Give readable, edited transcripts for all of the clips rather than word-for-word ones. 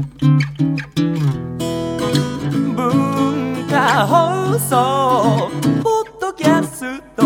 文化放送ポッドキャスト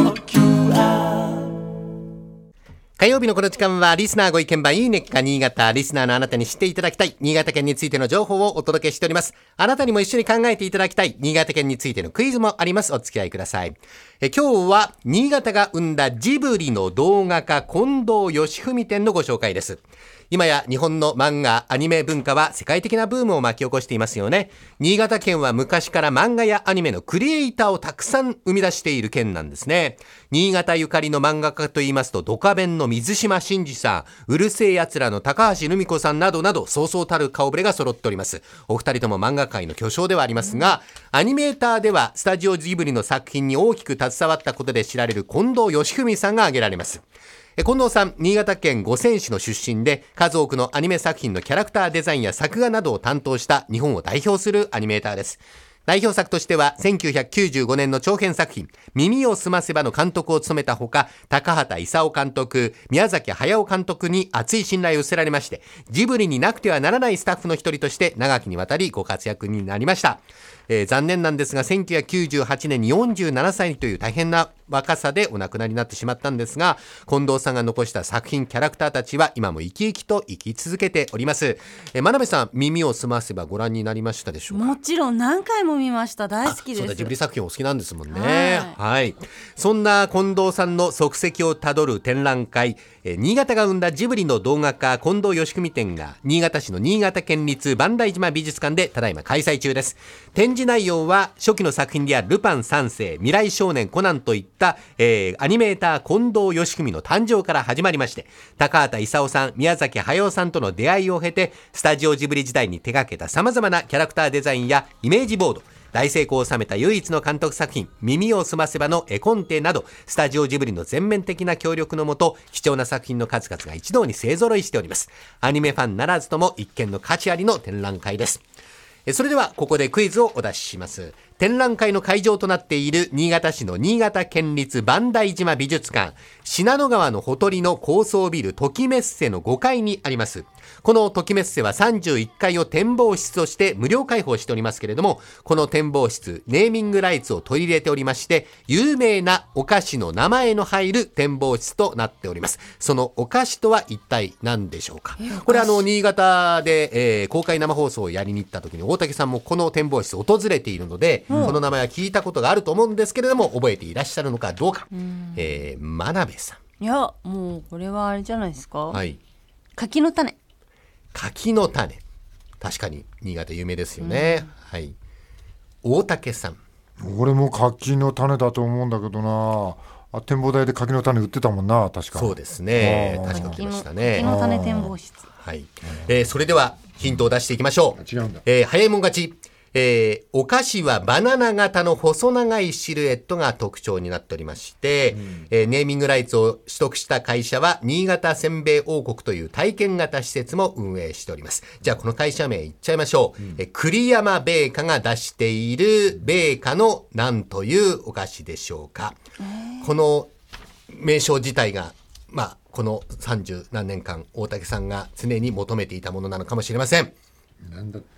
QR。 火曜日のこの時間はリスナーご意見番いいねっか新潟、リスナーのあなたに知っていただきたい新潟県についての情報をお届けしております。あなたにも一緒に考えていただきたい新潟県についてのクイズもあります。お付き合いください。今日は新潟が生んだジブリの動画家近藤義文展のご紹介です。今や日本の漫画アニメ文化は世界的なブームを巻き起こしていますよね。新潟県は昔から漫画やアニメのクリエイターをたくさん生み出している県なんですね。新潟ゆかりの漫画家といいますとドカベンの水島新司さん、うるせえやつらの高橋留美子さんなどなどそうそうたる顔ぶれが揃っております。お二人とも漫画界の巨匠ではありますが、アニメーターではスタジオジブリの作品に大きく携わったことで知られる近藤義文さんが挙げられます。近藤さん、新潟県五泉市の出身で、数多くのアニメ作品のキャラクターデザインや作画などを担当した日本を代表するアニメーターです。代表作としては1995年の長編作品耳をすませばの監督を務めたほか、高畑勲監督、宮崎駿監督に熱い信頼を寄せられまして、ジブリになくてはならないスタッフの一人として長きにわたりご活躍になりました。残念なんですが1998年に47歳という大変な若さでお亡くなりになってしまったんですが、近藤さんが残した作品キャラクターたちは今も生き生きと生き続けております。真鍋さん、耳をすませばご覧になりましたでしょうか？ もちろん何回も見ました。大好きです。 そうだ、ジブリ作品お好きなんですもんね。はい、そんな近藤さんの足跡をたどる展覧会、新潟が生んだジブリの動画家近藤義文展が新潟市の新潟県立磐梯島美術館でただいま開催中です。展示内容は初期の作品であるルパン三世、未来少年コナンといった、アニメーター近藤義文の誕生から始まりまして、高畑勲さん、宮崎駿さんとの出会いを経て、スタジオジブリ時代に手掛けた様々なキャラクターデザインやイメージボード、大成功を収めた唯一の監督作品耳をすませばの絵コンテなど、スタジオジブリの全面的な協力のもと、貴重な作品の数々が一堂に勢揃いしております。アニメファンならずとも一見の価値ありの展覧会です。それではここでクイズをお出しします。展覧会の会場となっている新潟市の新潟県立磐梯島美術館、信濃川のほとりの高層ビルトキメッセの5階にあります。このトキメッセは31階を展望室として無料開放しておりますけれども、この展望室ネーミングライツを取り入れておりまして、有名なお菓子の名前の入る展望室となっております。そのお菓子とは一体何でしょうか？これ新潟で、公開生放送をやりに行った時に大竹さんもこの展望室を訪れているので、この名前は聞いたことがあると思うんですけれども、覚えていらっしゃるのかどうか。真鍋さん。 いや、もうこれはあれじゃないですか。 はい。 柿の種。 柿の種。確かに新潟有名ですよね。はい。大竹さん。 俺も柿の種だと思うんだけどな。展望台で柿の種売ってたもんな、確か。 そうですね。確か売ってましたね。 柿の種展望室。 はい。それではヒントを出していきましょう。 違うんだ。 早いもん勝ち。お菓子はバナナ型の細長いシルエットが特徴になっておりまして、ネーミングライツを取得した会社は新潟せんべい王国という体験型施設も運営しております。じゃあこの会社名言っちゃいましょう。栗山米菓が出している米菓の何というお菓子でしょうか？この名称自体がこの30何年間大竹さんが常に求めていたものなのかもしれません。 なんだって？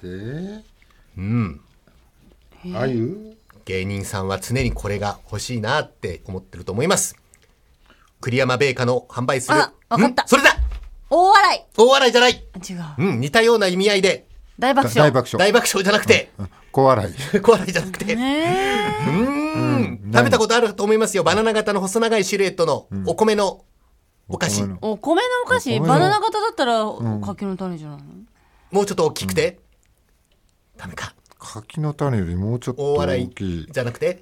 あゆ？ 芸人さんは常にこれが欲しいなって思ってると思います。栗山米菓の販売する。 わかった。 それだ。 大笑い。 大笑いじゃない。 違う。 似たような意味合いで。 大爆笑。 大爆笑じゃなくて。 小笑い。 小笑いじゃなくて。食べたことあると思いますよ。バナナ型の細長いシルエットのお米のお菓子。 お米のお菓子？バナナ型だったら柿の種じゃないの？ もうちょっと大きくて。ダメか。 柿の種よりもうちょっと大きい。大笑いじゃなくて。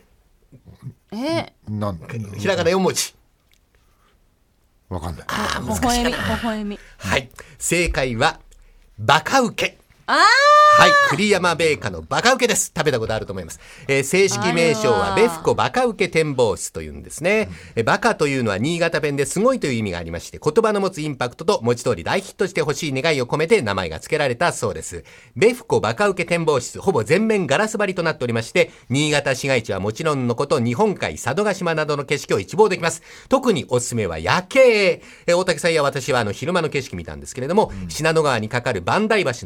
ひらがな4文字。 わかんない。 難しいかな。微笑み。 はい。正解はバカウケ。はい、栗山米菓のバカウケです。食べたことあると思います。正式名称はベフコバカウケ展望室というんですね。バカというのは新潟弁ですごいという意味がありまして、言葉の持つインパクトと文字通り大ヒットしてほしい願いを込めて名前が付けられたそうです。ベフコバカウケ展望室、ほぼ全面ガラス張りとなっておりまして、新潟市街地はもちろんのこと、日本海佐渡島などの景色を一望できます。特におすすめは夜景。大竹さんや私は昼間の景色見たんですけれども、信濃川に架かる磐梯橋のライトア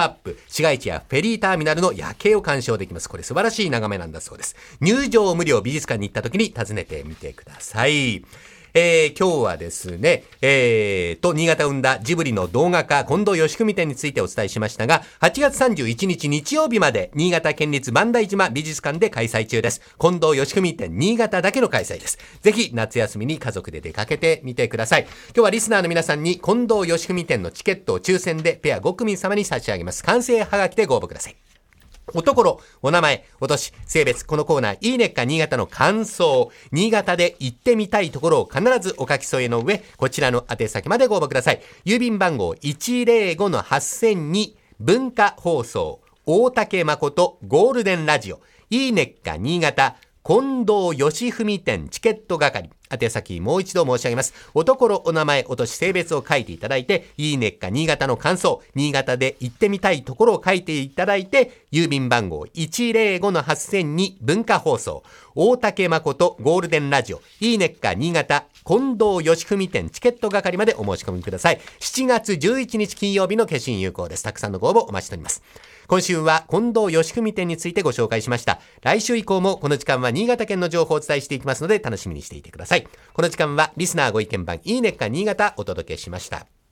アップ、市街地やフェリーターミナルの夜景を鑑賞できます。これ素晴らしい眺めなんだそうです。入場無料、美術館に行った時に訪ねてみてください。今日はですね、新潟を生んだジブリの動画家近藤義文展についてお伝えしましたが、8月31日日曜日まで新潟県立万代島美術館で開催中です。近藤義文展新潟だけの開催です。ぜひ夏休みに家族で出かけてみてください。今日はリスナーの皆さんに近藤義文展のチケットを抽選でペア5組様に差し上げます。完成はがきでご応募ください。おところ、お名前、お年、性別、このコーナー、いいねっか新潟の感想、新潟で行ってみたいところを必ずお書き添えの上、こちらの宛先までご応募ください。郵便番号 105-8000 文化放送、大竹誠ゴールデンラジオ、いいねっか新潟、近藤義文展チケット係。宛先もう一度申し上げます。おところ、お名前、お年、性別を書いていただいて、いいねっか新潟の感想、新潟で行ってみたいところを書いていただいて、郵便番号 105-8000 文化放送、大竹誠ゴールデンラジオ、いいねっか新潟、近藤義文展チケット係までお申し込みください。7月11日金曜日の決心有効です。たくさんのご応募お待ちしております。今週は近藤義文展についてご紹介しました。来週以降もこの時間は新潟県の情報をお伝えしていきますので楽しみにしていてください。この時間はリスナーご意見番いいねっか新潟お届けしました。